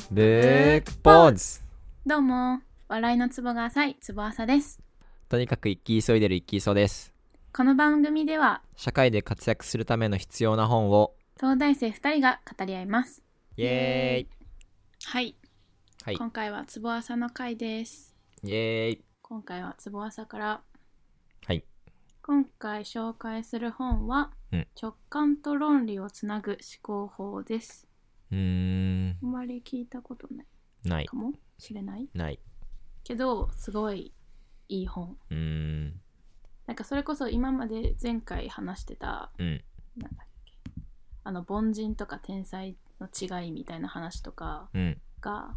ブックポーズ。 どうも、笑いのツボが浅いツボ浅です。 とにかく生き急いでる一気急です。 この番組では社会で活躍するための必要な本を東大生2人が語り合います。 イエーイ。 はい、 はい、 今回はツボ浅の回です。 イエーイ。 今回はツボ浅から。 はい、 今回紹介する本は、直感と論理をつなぐ思考法です。あんまり聞いたことないかもしれないけど、すごいいい本。なんかそれこそ今まで前回話してた、なんだっけ、凡人とか天才の違いみたいな話とかが、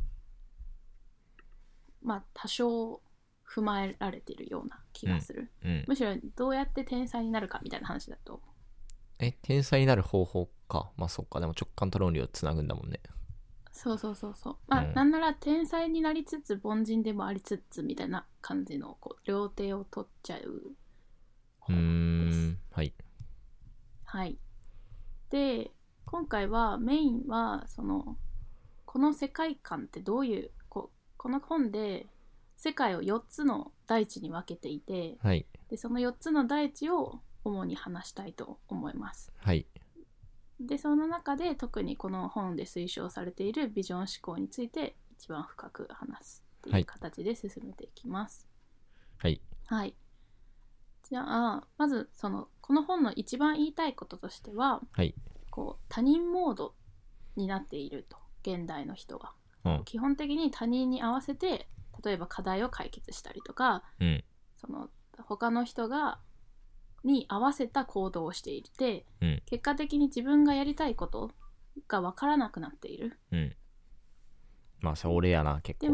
まあ多少踏まえられてるような気がする。むしろどうやって天才になるかみたいな話だと思う。 天才になる方法か。まあそっか。でも直感と論理をつなぐんだもんね。 そう。まあ、なんなら天才になりつつ凡人でもありつつみたいな感じのこう両手を取っちゃう本です。はい。で、今回はメインはこの世界観ってどういうこの本で世界を4つの大地に分けていて、でその4つの大地を主に話したいと思います。でその中で特にこの本で推奨されているビジョン思考について一番深く話すっていう形で進めていきます。はい。じゃあまずこの本の一番言いたいこととしては、こう他人モードになっていると、現代の人は、基本的に他人に合わせて例えば課題を解決したりとか、他の人に合わせた行動をしていて、結果的に自分がやりたいことが分からなくなっている。 まあそれ俺やな結構。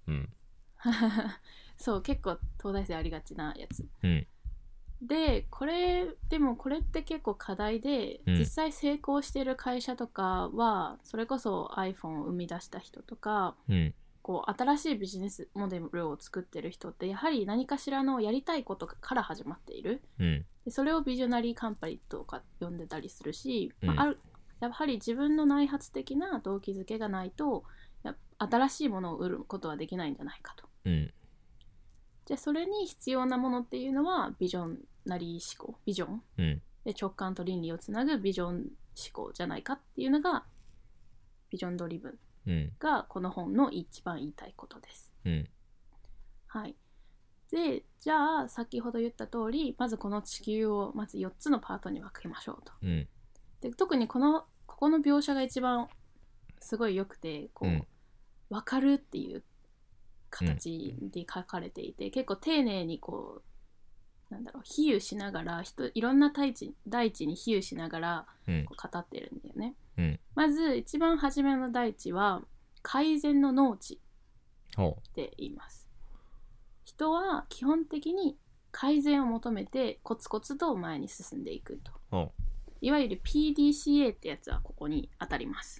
そう結構東大生ありがちなやつ。ででもこれって結構課題で、実際成功している会社とかはそれこそ iPhone を生み出した人とか、こう新しいビジネスモデルを作ってる人ってやはり何かしらのやりたいことから始まっている。でそれをビジョナリーカンパニーとか呼んでたりするし、やはり自分の内発的な動機づけがないと新しいものを売ることはできないんじゃないかと。じゃあそれに必要なものっていうのはビジョナリー思考、ビジョン、で直感と倫理をつなぐビジョン思考じゃないかっていうのがビジョンドリブンがこの本の一番言いたいことです。はい。でじゃあ先ほど言った通り、まずこの地球をまず4つのパートに分けましょうと。で特にここの描写が一番すごい良くて、こう、分かるっていう形で書かれていて、結構丁寧にこう比喩しながらいろんな大地に比喩しながらこう語ってるんだよね。まず一番初めの大地は改善の農地って言います。人は基本的に改善を求めてコツコツと前に進んでいくと。いわゆる PDCA ってやつはここに当たります。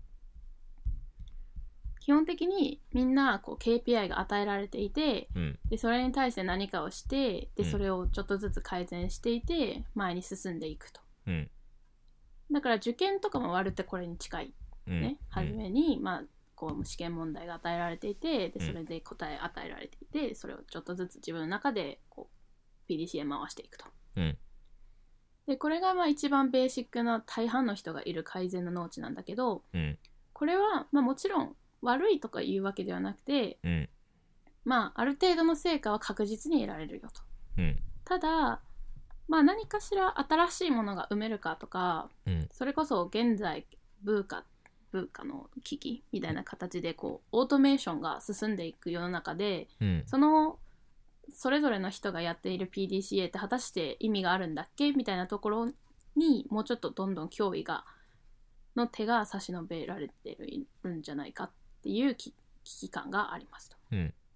基本的にみんなこう KPI が与えられていて、でそれに対して何かをして、でそれをちょっとずつ改善していて前に進んでいくと。だから受験とかも割とこれに近いね。初めにこう試験問題が与えられていて、でそれで答え与えられていて、それをちょっとずつ自分の中でこう PDCA 回していくと。でこれが一番ベーシックな大半の人がいる改善の農地なんだけど、これはもちろん悪いとかいうわけではなくて、ある程度の成果は確実に得られるよと。ただ何かしら新しいものが生めるかとか、それこそ現在文化の危機みたいな形でこうオートメーションが進んでいく世の中で、それぞれの人がやっている PDCA って果たして意味があるんだっけみたいなところにもうちょっとどんどん脅威の手が差し伸べられてるんじゃないかっていう危機感がありますと。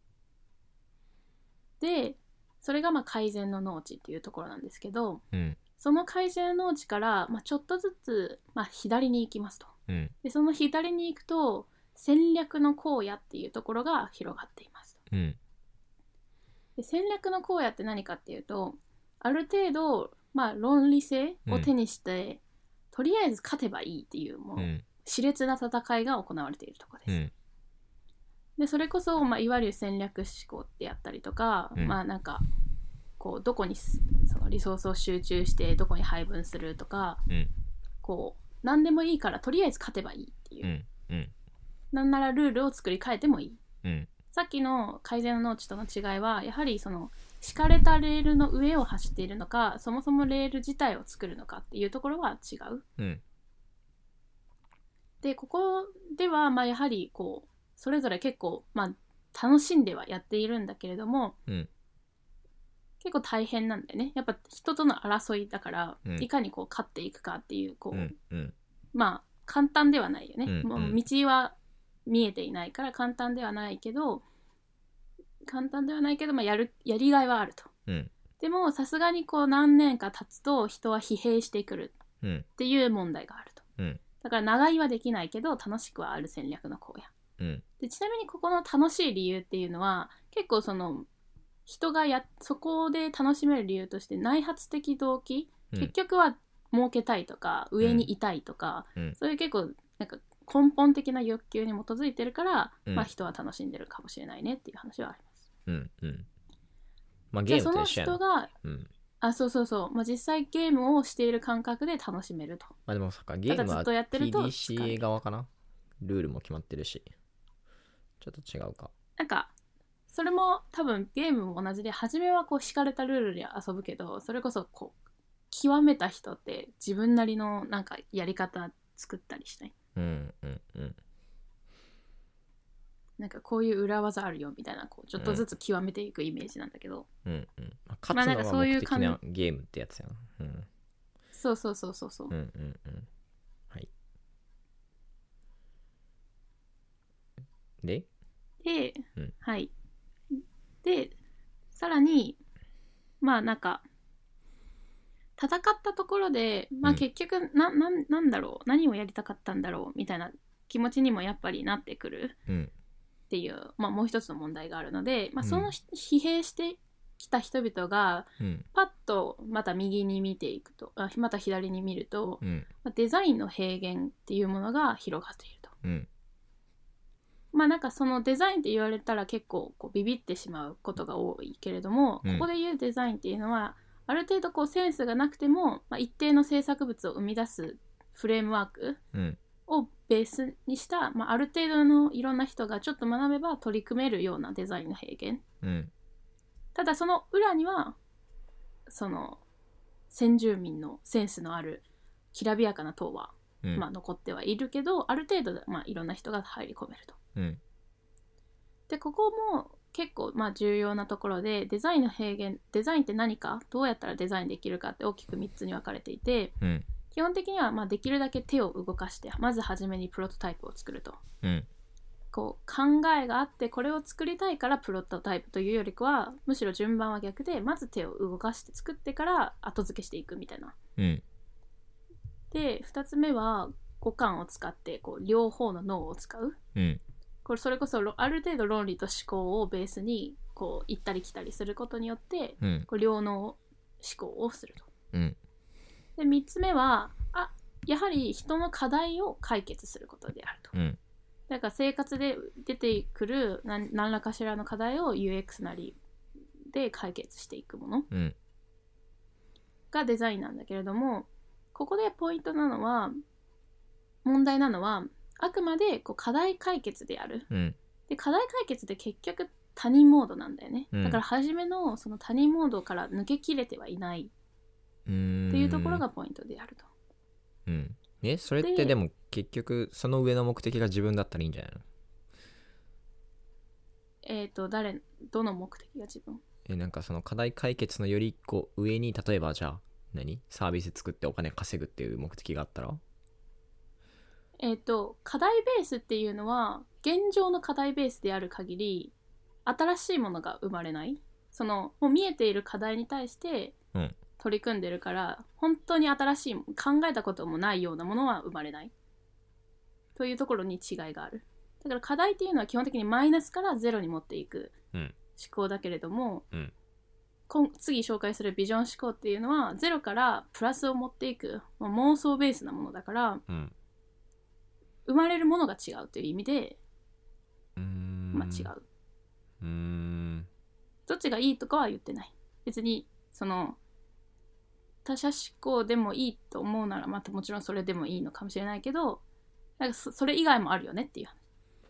でそれが改善の農地っていうところなんですけど、その改善の農地から、ちょっとずつ、左に行きますと。でその左に行くと戦略の荒野っていうところが広がっていますと。で戦略の荒野って何かっていうと、ある程度、論理性を手にして、とりあえず勝てばいいっていうもの、 熾烈な戦いが行われているところです、 うん。 でそれこそ、まあ、いわゆる戦略思考ってやったりとか、 うん、 まあなんかこうどこにそのリソースを集中してどこに配分するとか、 うん、 こう何でもいいからとりあえず勝てばいいっていう、 うん、うん、 なんならルールを作り変えてもいい。 うん、 さっきの改善の農地との違いはやはりその敷かれたレールの上を走っているのか、そもそもレール自体を作るのかっていうところは違う。 うん、 でここではまあやはりこうそれぞれ結構まあ楽しんではやっているんだけれども、 うん、 結構大変なんだよね。やっぱ人との争いだから、 うん、 いかにこう勝っていくかっていうこう、 うん、うん、 まあ簡単ではないよね、 うん、 もう道は見えていないから簡単ではないけど、まあ、やりがいはあると。 うん、 でもさすがにこう何年か経つと人は疲弊してくるうん、 っていう問題があると。 うん、 だから長居はできないけど楽しくはある戦略の荒野。 うん、 でちなみにここの楽しい理由っていうのは結構その人がそこで楽しめる理由として内発的動機、結局は儲けたいとか上にいたいとか、そういう結構なんか根本的な欲求に基づいてるから、まあ人は楽しんでるかもしれないねっていう話はあります。 うんうん。まあゲームと一緒やな。 その人が、そうそうそう、まあ、実際ゲームをしている感覚で楽しめると。 まあでもそっか、ゲームは TDCA 側かな。ルールも決まってるし、ちょっと違うか。 なんかそれも多分ゲームも同じで、初めはこう敷かれたルールで遊ぶけど、それこそこう極めた人って自分なりのなんかやり方作ったりしない？ うんうんうん。 なんかこういう裏技あるよみたいな、こうちょっとずつ極めていくイメージなんだけど、 うんうん。勝つのが目的なゲームってやつやな。うん。そうそうそうそうそう。うんうんうん。はい。で、 はい。で、さらにまあなんか戦ったところで、まあ結局なんだろう、何をやりたかったんだろうみたいな気持ちにもやっぱりなってくるっていう、まあもう一つの問題があるので、まあその疲弊してきた人々がパッとまた右に見ていくと、また左に見ると、まあ、デザインの平原っていうものが広がっていると。まあなんかそのデザインって言われたら結構こうビビってしまうことが多いけれども、ここで言うデザインっていうのはある程度こうセンスがなくても、まあ、一定の制作物を生み出すフレームワークをベースにした、まあ、ある程度のいろんな人がちょっと学べば取り組めるようなデザインの平原、ただその裏にはその先住民のセンスのあるきらびやかな塔は、まあ、残ってはいるけど、ある程度、まあ、いろんな人が入り込めると。でここも結構まあ重要なところで、デザインの平原、デザインって何か、どうやったらデザインできるかって大きく3つに分かれていて、基本的にはまあできるだけ手を動かしてまず初めにプロトタイプを作ると、こう考えがあってこれを作りたいからプロトタイプというよりかは、むしろ順番は逆で、まず手を動かして作ってから後付けしていくみたいな。で2つ目は五感を使ってこう両方の脳を使う、これそれこそある程度論理と思考をベースにこう行ったり来たりすることによって、こう両脳思考をすると。で3つ目はやはり人の課題を解決することであると。だから生活で出てくる何らかしらの課題を UX なりで解決していくものがデザインなんだけれども、ここでポイントなのは、問題なのはあくまでこう課題解決である、で課題解決って結局他人モードなんだよね、だから初めのその他人モードから抜けきれてはいないっていうところがポイントであると。 それってでも結局その上の目的が自分だったらいいんじゃないの？どの目的が自分？ なんかその課題解決のより一個上に、例えばじゃあサービス作ってお金稼ぐっていう目的があったら、 課題ベースっていうのは現状の課題ベースである限り新しいものが生まれない。そのもう見えている課題に対して取り組んでるから、本当に新しい考えたこともないようなものは生まれないというところに違いがある。だから課題っていうのは基本的にマイナスからゼロに持っていく思考だけれども、次紹介するビジョン思考っていうのはゼロからプラスを持っていく、妄想ベースなものだから、 生まれるものが違うという意味でまあ違う。どっちがいいとかは言ってない。別にその他者思考でもいいと思うならまたもちろんそれでもいいのかもしれないけど、なんかそれ以外もあるよねっていう話。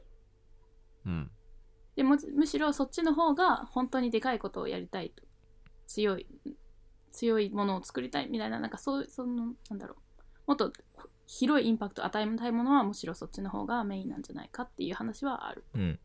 でむしろそっちの方が本当にでかいことをやりたいと、強いものを作りたいみたいな、なんかそのなんだろう、もっと広いインパクトを与えたいものはむしろそっちの方がメインなんじゃないかっていう話はある。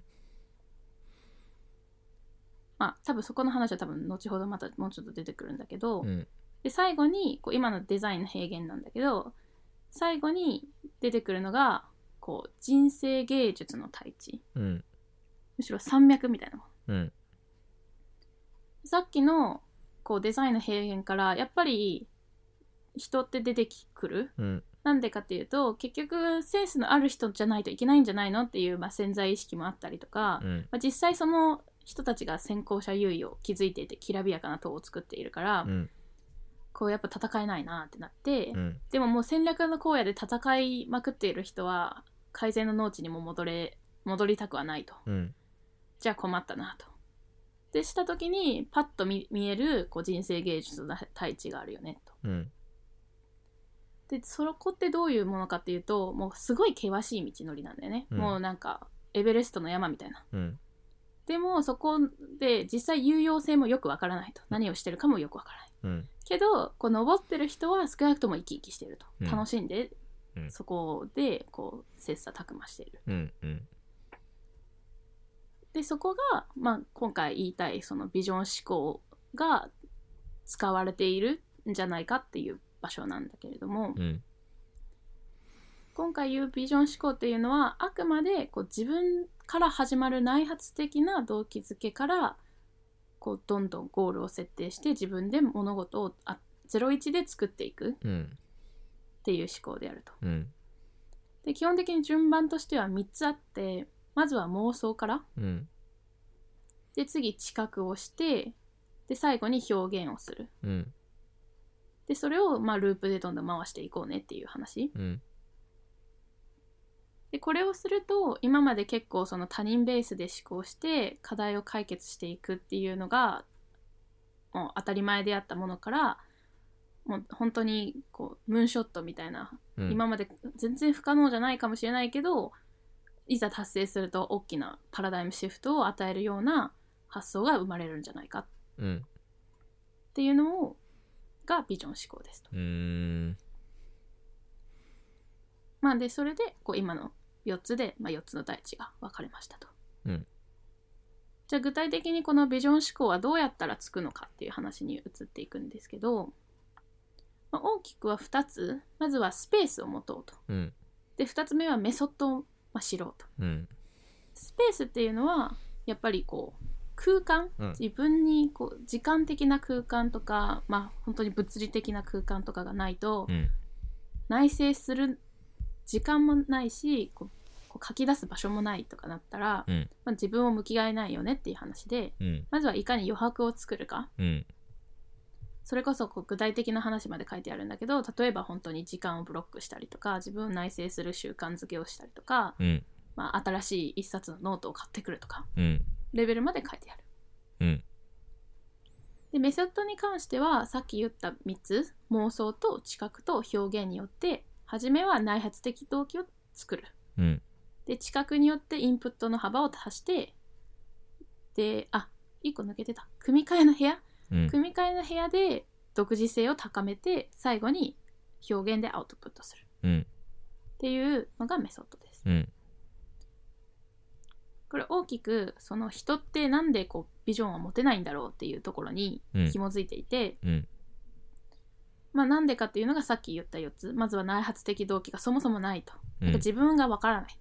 まあ多分そこの話は多分後ほどまたもうちょっと出てくるんだけど、で最後にこう今のデザインの平原なんだけど、最後に出てくるのがこう人生芸術の対地、むしろ山脈みたいなもの、さっきのこうデザインの平原からやっぱり人って出てくる、なんでかっていうと結局センスのある人じゃないといけないんじゃないのっていう、まあ、潜在意識もあったりとか、まあ、実際その人たちが先行者優位を築いていてきらびやかな塔を作っているから、こうやっぱ戦えないなってなって、でももう戦略の荒野で戦いまくっている人は改善の農地にも戻りたくはないと、じゃあ困ったなとでした時にパッと 見えるこう人生芸術の対地があるよねと、でそこってどういうものかっていうと、もうすごい険しい道のりなんだよね、もうなんかエベレストの山みたいな、でもそこで実際有用性もよくわからないと、何をしてるかもよくわからない、けどこう登ってる人は少なくとも生き生きしてると、楽しんで、そこでこう切磋琢磨している、でそこが、まあ、今回言いたいそのビジョン思考が使われているんじゃないかっていう場所なんだけれども、今回言うビジョン思考っていうのはあくまでこう自分から始まる内発的な動機づけからこうどんどんゴールを設定して自分で物事を01で作っていくっていう思考であると、で基本的に順番としては3つあって、まずは妄想から、で次知覚をして、で最後に表現をする、でそれをまあループでどんどん回していこうねっていう話、でこれをすると今まで結構その他人ベースで思考して課題を解決していくっていうのがもう当たり前であったものから、もう本当にこうムーンショットみたいな、今まで全然不可能じゃないかもしれないけどいざ達成すると大きなパラダイムシフトを与えるような発想が生まれるんじゃないかっていうのがビジョン思考ですと。まあでそれでこう今の4つで、まあ、4つの大地が分かれましたと、じゃあ具体的にこのビジョン思考はどうやったらつくのかっていう話に移っていくんですけど、まあ、大きくは2つ。まずはスペースを持とうと、で2つ目はメソッドを知ろうと、スペースっていうのはやっぱりこう空間、自分にこう時間的な空間とか、まあ本当に物理的な空間とかがないと、内省する時間もないしこう書き出す場所もないとかなったら、まあ、自分を向き合えないよねっていう話で、まずはいかに余白を作るか、それこそこう具体的な話まで書いてあるんだけど、例えば本当に時間をブロックしたりとか自分を内省する習慣づけをしたりとか、まあ、新しい一冊のノートを買ってくるとか、レベルまで書いてある、でメソッドに関してはさっき言った3つ、妄想と知覚と表現によって初めは内発的動機を作る、で知覚によってインプットの幅を足して、で1個抜けてた、組み替えの部屋、組み替えの部屋で独自性を高めて最後に表現でアウトプットする、っていうのがメソッドです、これ大きくその人ってなんでこうビジョンを持てないんだろうっていうところに紐づいていて、まあなんでかっていうのがさっき言った4つ。まずは内発的動機がそもそもないと、なんか自分がわからない、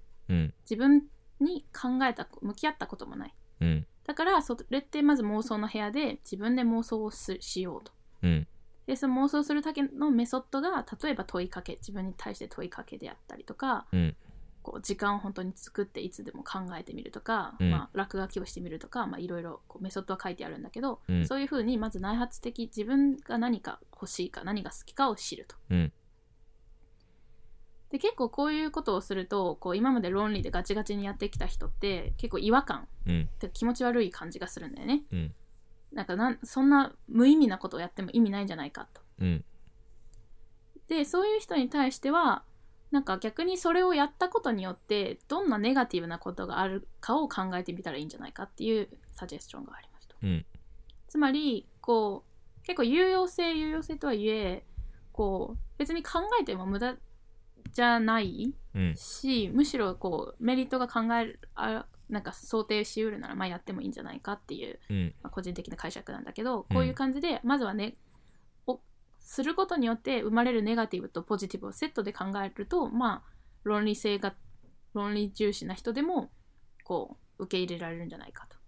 自分に向き合ったこともない、だからそれってまず妄想の部屋で自分で妄想をしようと、でその妄想するだけのメソッドが例えば問いかけ、自分に対して問いかけであったりとか、こう時間を本当に作っていつでも考えてみるとか、まあ、落書きをしてみるとか、まあ、いろいろこうメソッドは書いてあるんだけど、そういうふうにまず内発的、自分が何か欲しいか何が好きかを知ると、 で結構こういうことをするとこう今まで論理でガチガチにやってきた人って結構違和感、って気持ち悪い感じがするんだよね、なんかそんな無意味なことをやっても意味ないんじゃないかと、でそういう人に対してはなんか逆にそれをやったことによってどんなネガティブなことがあるかを考えてみたらいいんじゃないかっていうサジェスチョンがありますと、つまりこう結構有用性とはいえこう別に考えても無駄じゃないし、むしろこうメリットがなんか想定しうるならやってもいいんじゃないかっていう、個人的な解釈なんだけど、こういう感じでまずはねすることによって生まれるネガティブとポジティブをセットで考えると論理重視な人でもこう受け入れられるんじゃないかと、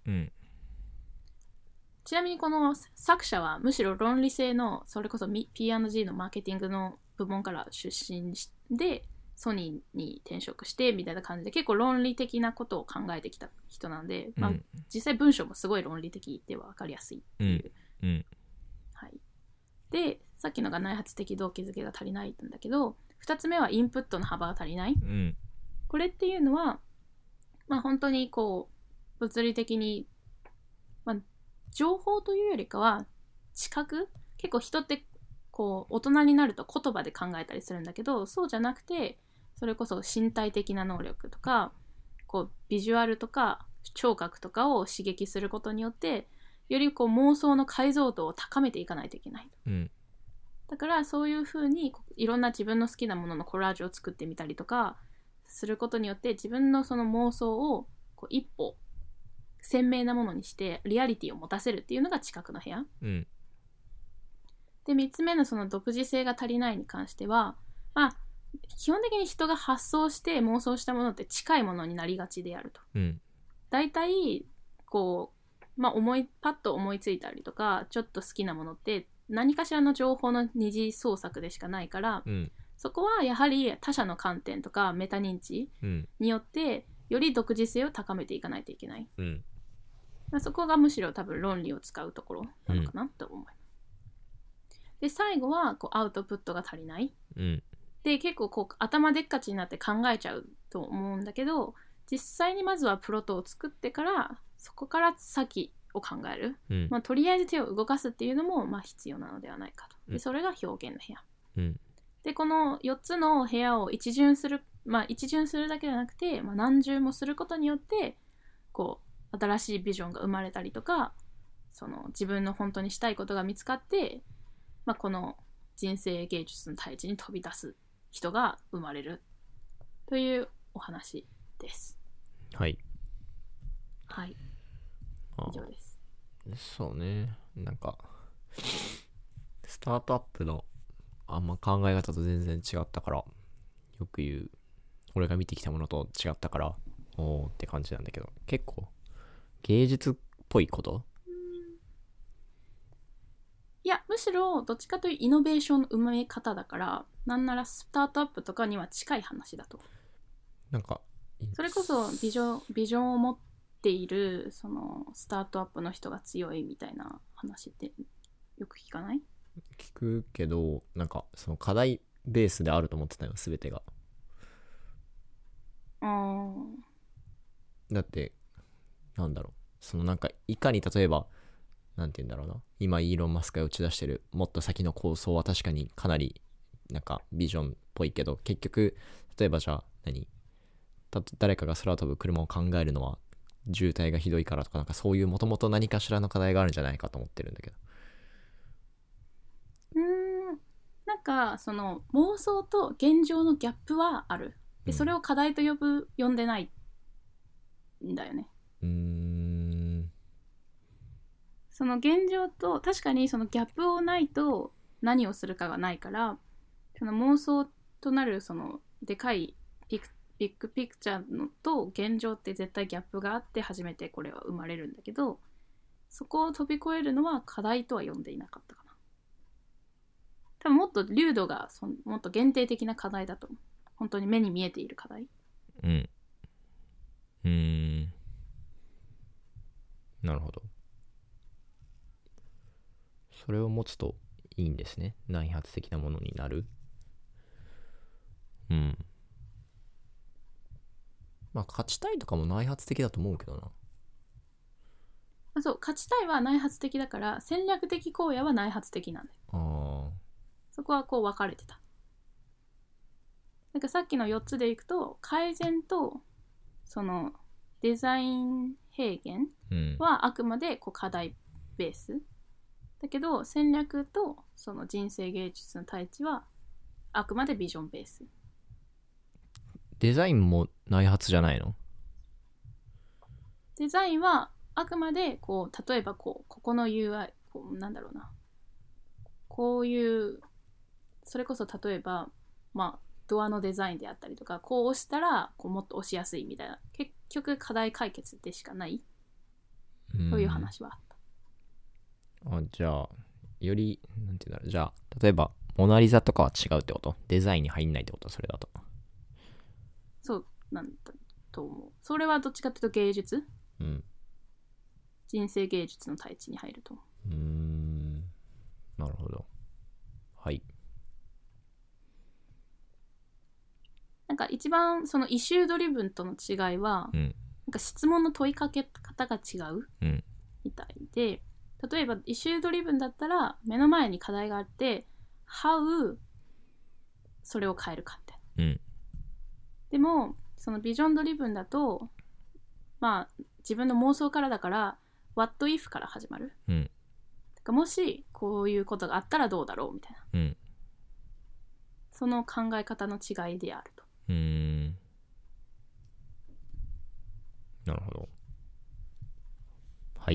ちなみにこの作者はむしろ論理性のそれこそ P&G のマーケティングの部門から出身でソニーに転職してみたいな感じで結構論理的なことを考えてきた人なんで、実際文章もすごい論理的で分かりやすいっていう、はい、でさっきのが内発的動機づけが足りないんだけど、2つ目はインプットの幅が足りない、これっていうのは本当にこう物理的に、情報というよりかは知覚、結構人ってこう大人になると言葉で考えたりするんだけど、そうじゃなくてそれこそ身体的な能力とかこうビジュアルとか聴覚とかを刺激することによってよりこう妄想の解像度を高めていかないといけない、だからそういうふうにいろんな自分の好きなもののコラージュを作ってみたりとかすることによって自分のその妄想をこう一歩鮮明なものにしてリアリティを持たせるっていうのが知覚の部屋、で3つ目のその独自性が足りないに関しては基本的に人が発想して妄想したものって近いものになりがちであると、だいたいこう、パッと思いついたりとかちょっと好きなものって何かしらの情報の二次創作でしかないから、そこはやはり他者の観点とかメタ認知によってより独自性を高めていかないといけない、そこがむしろ多分論理を使うところなのかなと思います、で最後はこうアウトプットが足りない、で結構こう頭でっかちになって考えちゃうと思うんだけど、実際にまずはプロットを作ってからそこから先を考える、とりあえず手を動かすっていうのも必要なのではないかと。でそれが表現の部屋、でこの4つの部屋を一巡するだけじゃなくて、何巡もすることによってこう新しいビジョンが生まれたりとか、その自分の本当にしたいことが見つかって、この人生芸術の大地に飛び出す人が生まれるというお話です。 はい以上です。 そうね、なんかスタートアップの考え方と全然違ったから、よく言う俺が見てきたものと違ったからおーって感じなんだけど、結構芸術っぽいこと、 いやむしろどっちかというイノベーションの生まれ方だから、なんならスタートアップとかには近い話だと。 なんかそれこそビジョンを持っているそのスタートアップの人が強いみたいな話ってよく聞かない？ 聞くけど、なんかその課題ベースであると思ってたよ、全てが。だってなんだろう、そのなんかいかに例えばなんて言うんだろうな、今イーロン・マスクが打ち出してるもっと先の構想は確かにかなりなんかビジョンっぽいけど、結局例えばじゃあ誰かが空飛ぶ車を考えるのは渋滞がひどいからとか、なんかそういうもともと何かしらの課題があるんじゃないかと思ってるんだけど。 なんかその妄想と現状のギャップはある。でそれを課題と呼んでないんだよね。その現状と確かにそのギャップをないと何をするかがないから、その妄想となるそのでかいビッグピクチャーのと現状って絶対ギャップがあって初めてこれは生まれるんだけど、そこを飛び越えるのは課題とは呼んでいなかったかな。多分もっと流度がもっと限定的な課題だと思う。本当に目に見えている課題。 なるほど。それを持つといいんですね。内発的なものになる。 まあ勝ちたいとかも内発的だと思うけどな。 そう、勝ちたいは内発的だから、戦略的荒野は内発的なんだよ。 あそこはこう分かれてた。なんかさっきの4つでいくと、改善とそのデザイン平原はあくまでこう課題ベースだけど、戦略とその人生芸術の対峙はあくまでビジョンベース。 デザインも内発じゃないの？ デザインはあくまでこう、例えばここの UI、こうなんだろうな、こういうそれこそ例えばまあドアのデザインであったりとか、こう押したらこうもっと押しやすいみたいな、結局課題解決でしかないという話はあった。 じゃあよりなんていうんだろう、じゃあ例えばモナリザとかは違うってこと？デザインに入んないってこと？それだと。 そうなんだと思う。それはどっちかっていうと芸術、人生芸術の対地に入ると思う。 なるほど。はい。 なんか一番そのイシュードリブンとの違いは、なんか質問の問いかけ方が違うみたいで、例えばイシュードリブンだったら目の前に課題があって How それを変えるかみたいな、でもそのビジョンドリブンだとまあ自分の妄想からだから What if から始まる、だからもしこういうことがあったらどうだろうみたいな、その考え方の違いであると。 なるほど。はい。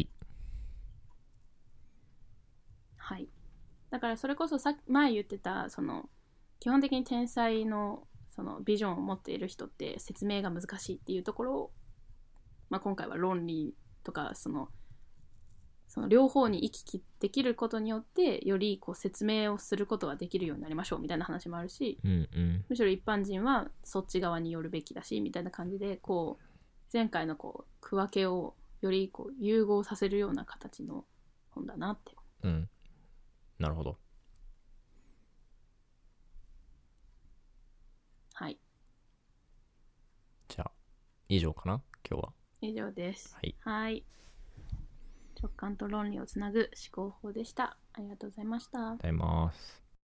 はい。だからそれこそ前言ってたその基本的に天才のそのビジョンを持っている人って説明が難しいっていうところを、まあ、今回は論理とかその両方に行き来できることによってよりこう説明をすることができるようになりましょうみたいな話もあるし、むしろ一般人はそっち側に寄るべきだしみたいな感じで、こう前回のこう区分けをよりこう融合させるような形の本だなって。 なるほど。 はい。 じゃあ以上かな、今日は。 以上です。 はい。 直感と論理をつなぐ思考法でした。ありがとうございました。 ありがとうございます。